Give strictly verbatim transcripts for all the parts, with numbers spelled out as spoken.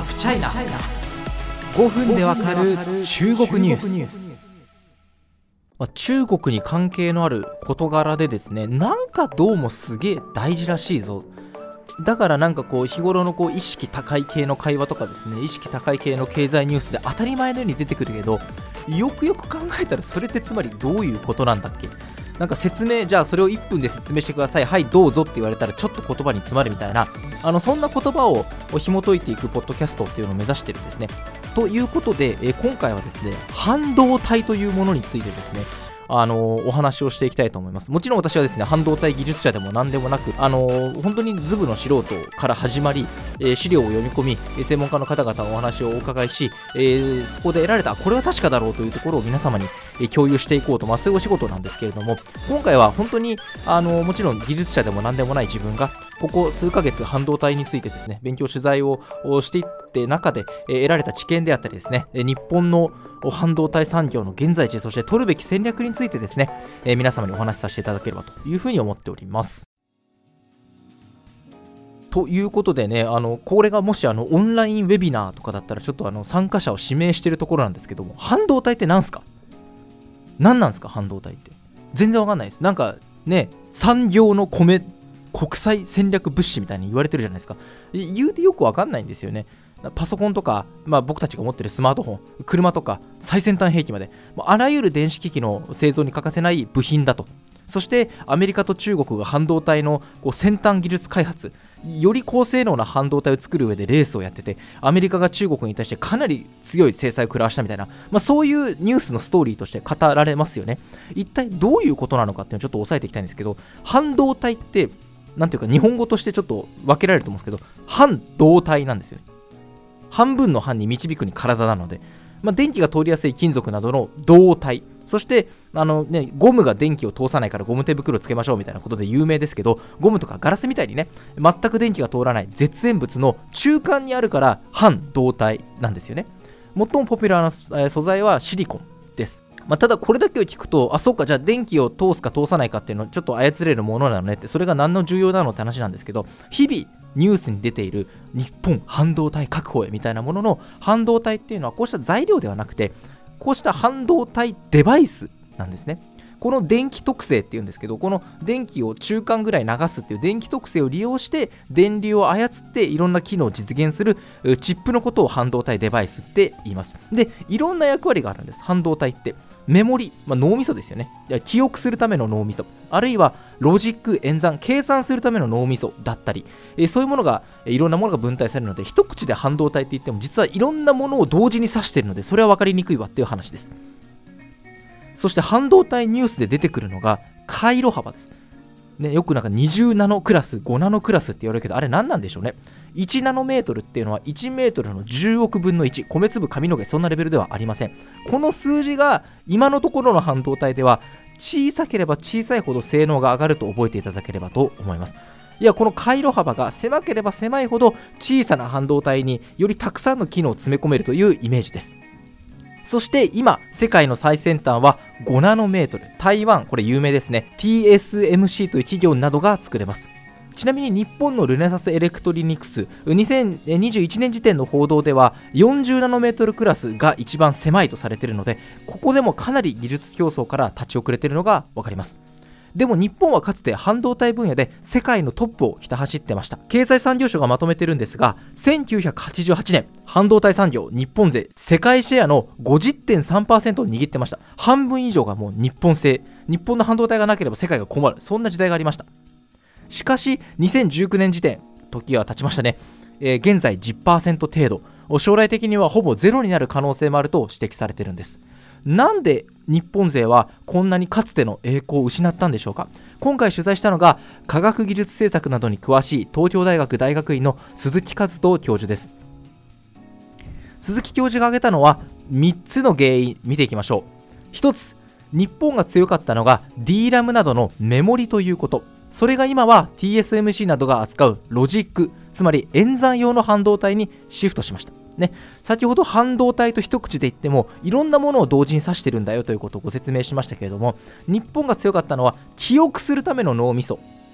フチャイナ。ごふんでわかる中国ニュース。まあ、中国に関係のある事柄でですね、なんかどうもすげえ大事らしいぞ。だからなんかこう日頃のこう意識高い系の会話とかですね、意識高い系の経済ニュースで当たり前のように出てくるけど、よくよく考えたらそれってつまりどういうことなんだっけ。なんか説明、じゃあそれをいっぷんで説明してください、はいどうぞって言われたらちょっと言葉に詰まるみたいな、あのそんな言葉を紐解いていくポッドキャストっていうのを目指してるんですね。ということで、えー今回はですね、半導体というものについてですね、あのーお話をしていきたいと思います。もちろん私はですね、半導体技術者でも何でもなく、あのー本当にズブの素人から始まり、えー資料を読み込み、えー専門家の方々のお話をお伺いし、えーそこで得られたこれは確かだろうというところを皆様に、えー共有していこうと、まあ、そういうお仕事なんですけれども、今回は本当に、あのーもちろん技術者でも何でもない自分がここ数ヶ月半導体についてですね、勉強取材をしていって中で、えー得られた知見であったりですね、えー日本の半導体産業の現在地、そして取るべき戦略についてですね、えー皆様にお話しさせていただければというふうに思っております。ということでね、あのこれがもしあのオンラインウェビナーとかだったらちょっとあの参加者を指名しているところなんですけども、半導体って何すか？何なんすか半導体って。全然わかんないです。なんかね、産業の米、国際戦略物資みたいに言われてるじゃないですか。言うてよくわかんないんですよね。パソコンとか、まあ、僕たちが持ってるスマートフォン、車とか最先端兵器まで、あらゆる電子機器の製造に欠かせない部品だと。そしてアメリカと中国が半導体のこう先端技術開発、より高性能な半導体を作る上でレースをやってて、アメリカが中国に対してかなり強い制裁を食らわしたみたいな、まあ、そういうニュースのストーリーとして語られますよね。一体どういうことなのかっていうのをちょっと押さえていきたいんですけど、半導体ってなんていうか日本語としてちょっと分けられると思うんですけど、半導体なんですよね。半分の半に導くに体なので、まあ、電気が通りやすい金属などの導体、そしてあの、ね、ゴムが電気を通さないからゴム手袋をつけましょうみたいなことで有名ですけど、ゴムとかガラスみたいにね、全く電気が通らない絶縁物の中間にあるから半導体なんですよね。最もポピュラーな素材はシリコンです。まあ、ただこれだけを聞くと、あ、そうか、じゃあ電気を通すか通さないかっていうのをちょっと操れるものなのねって、それが何の重要なのって話なんですけど、日々ニュースに出ている日本半導体確保へみたいなものの半導体っていうのはこうした材料ではなくて、こうした半導体デバイスなんですね。この電気特性っていうんですけど、この電気を中間ぐらい流すっていう電気特性を利用して電流を操っていろんな機能を実現するチップのことを半導体デバイスって言います。で、いろんな役割があるんです。半導体ってメモリ、まあ、脳みそですよね。記憶するための脳みそ、あるいはロジック、演算、計算するための脳みそだったり、えー、そういうものが、いろんなものが分解されるので、一口で半導体って言っても実はいろんなものを同時に指しているので、それは分かりにくいわっていう話です。そして半導体ニュースで出てくるのが回路幅です。ね、よくなんかにじゅうナノクラス、ごナノクラスって言われるけど、あれ何なんでしょうね。いちナノメートルっていうのはいちメートルのじゅうおくぶんのいち、米粒髪の毛、そんなレベルではありません。この数字が今のところの半導体では小さければ小さいほど性能が上がると覚えていただければと思います。いや、この回路幅が狭ければ狭いほど小さな半導体によりたくさんの機能を詰め込めるというイメージです。そして今世界の最先端はごナノメートル、台湾、これ有名ですね、 ティーエスエムシー という企業などが作れます。ちなみに日本のルネサスエレクトリニクス、にせんにじゅういちねん時点の報道ではよんじゅうナノメートルクラスが一番狭いとされているので、ここでもかなり技術競争から立ち遅れているのが分かります。でも日本はかつて半導体分野で世界のトップをひた走ってました。経済産業省がまとめてるんですが、せんきゅうひゃくはちじゅうはちねん半導体産業日本勢世界シェアの ごじゅってんさんパーセント を握ってました。半分以上がもう日本製、日本の半導体がなければ世界が困る、そんな時代がありました。しかしにせんじゅうきゅうねん時点、時は経ちましたね、えー、現在 じゅっパーセント 程度、将来的にはほぼゼロになる可能性もあると指摘されているんです。なんで日本勢はこんなにかつての栄光を失ったんでしょうか。今回取材したのが科学技術政策などに詳しい東京大学大学院の鈴木和人教授です。鈴木教授が挙げたのはみっつの原因、見ていきましょう。ひとつ、日本が強かったのが ディーラム などのメモリということ。それが今は ティーエスエムシー などが扱うロジック、つまり演算用の半導体にシフトしましたね。先ほど半導体と一口で言ってもいろんなものを同時に指してるんだよということをご説明しましたけれども、日本が強かったのは記憶するための脳みそ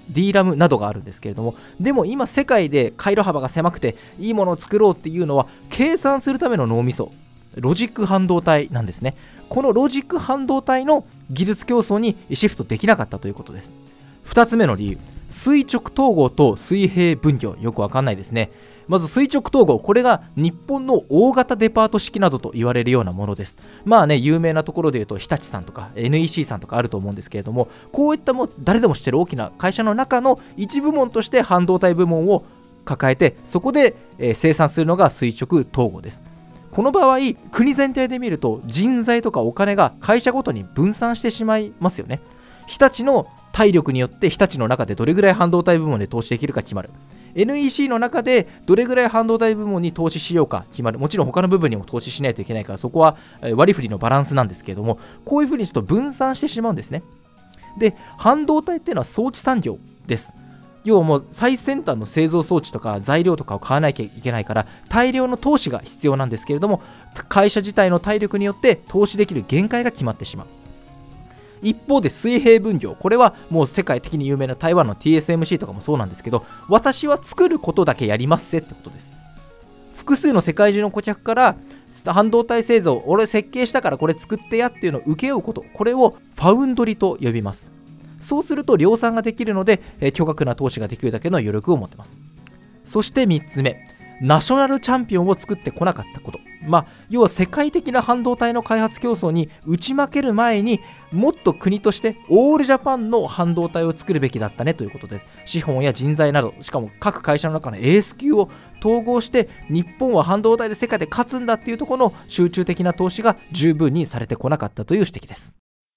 ディーラム などがあるんですけれども、でも今世界で回路幅が狭くていいものを作ろうっていうのは計算するための脳みそ、ロジック半導体なんですね。このロジック半導体の技術競争にシフトできなかったということです。ふたつめの理由、垂直統合と水平分業、よくわかんないですね。まず垂直統合、これが日本の大型デパート式などと言われるようなものです。まあね、有名なところでいうと日立さんとか エヌイーシー さんとかあると思うんですけれども、こういったもう誰でも知ってる大きな会社の中の一部門として半導体部門を抱えて、そこで、えー、生産するのが垂直統合です。この場合、国全体で見ると人材とかお金が会社ごとに分散してしまいますよね。日立の体力によって日立の中でどれぐらい半導体部門で投資できるか決まる。エヌイーシー の中でどれぐらい半導体部門に投資しようか決まる。もちろん他の部分にも投資しないといけないから、そこは割り振りのバランスなんですけれども、こういうふうにちょっと分散してしまうんですね。で、半導体っていうのは装置産業です。要はもう最先端の製造装置とか材料とかを買わなきゃいけないから、大量の投資が必要なんですけれども、会社自体の体力によって投資できる限界が決まってしまう。一方で水平分業、これはもう世界的に有名な台湾の ティーエスエムシー とかもそうなんですけど、私は作ることだけやりますせってことです。複数の世界中の顧客から半導体製造、俺設計したからこれ作ってやっていうのを請け負うこと、これをファウンドリと呼びます。そうすると量産ができるので、えー、巨額な投資ができるだけの余力を持ってます。そしてみっつめ、ナショナルチャンピオンを作ってこなかったこと。まあ、要は世界的な半導体の開発競争に打ち負ける前に、もっと国としてオールジャパンの半導体を作るべきだったねということで、資本や人材など、しかも各会社の中のエース級を統合して、日本は半導体で世界で勝つんだっていうところの集中的な投資が十分にされてこなかったという指摘です。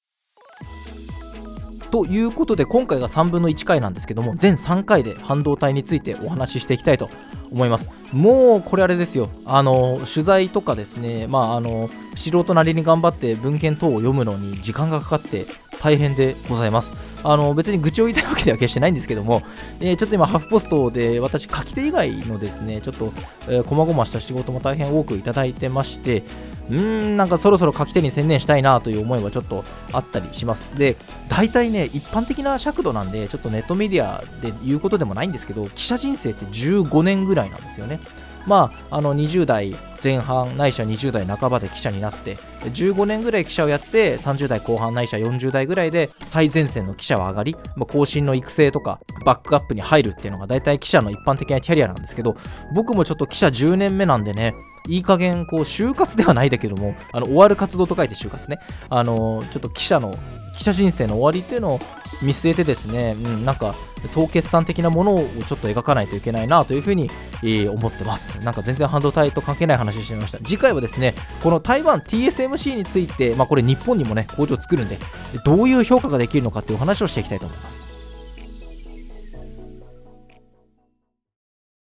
ということで、今回がさんぶんのいちかいなんですけども、全さんかいで半導体についてお話ししていきたいと思います。もうこれあれですよ、あの取材とかですね、まああの素人なりに頑張って文献等を読むのに時間がかかって大変でございます。あの別に愚痴を言いたいわけでは決してないんですけども、えー、ちょっと今ハフポストで私書き手以外のですね、ちょっとえー、細々した仕事も大変多くいただいてまして、うーんなんかそろそろ書き手に専念したいなという思いはちょっとあったりします。で、大体ね、一般的な尺度なんでちょっとネットメディアで言うことでもないんですけど、記者人生ってじゅうごねんぐらいなんですよね。まあ、あのにじゅうだいぜん半ないしはにじゅうだい半ばで記者になって、じゅうごねんぐらい記者をやって、さんじゅうだいこう半ないしはよんじゅうだいぐらいで最前線の記者は上がり、まあ、更新の育成とかバックアップに入るっていうのが大体記者の一般的なキャリアなんですけど、僕もちょっと記者じゅうねんめなんでね、いい加減こう就活ではないだけども、あの終わる活動と書いて就活ね、あのちょっと記者の記者人生の終わりっていうのを見据えてですね、うん、なんか総決算的なものをちょっと描かないといけないなというふうに、えー、思ってます。なんか全然半導体と関係ない話してみました。次回はですね、この台湾 ティーエスエムシー について、まあこれ日本にもね工場作るんで、どういう評価ができるのかっていう話をしていきたいと思います。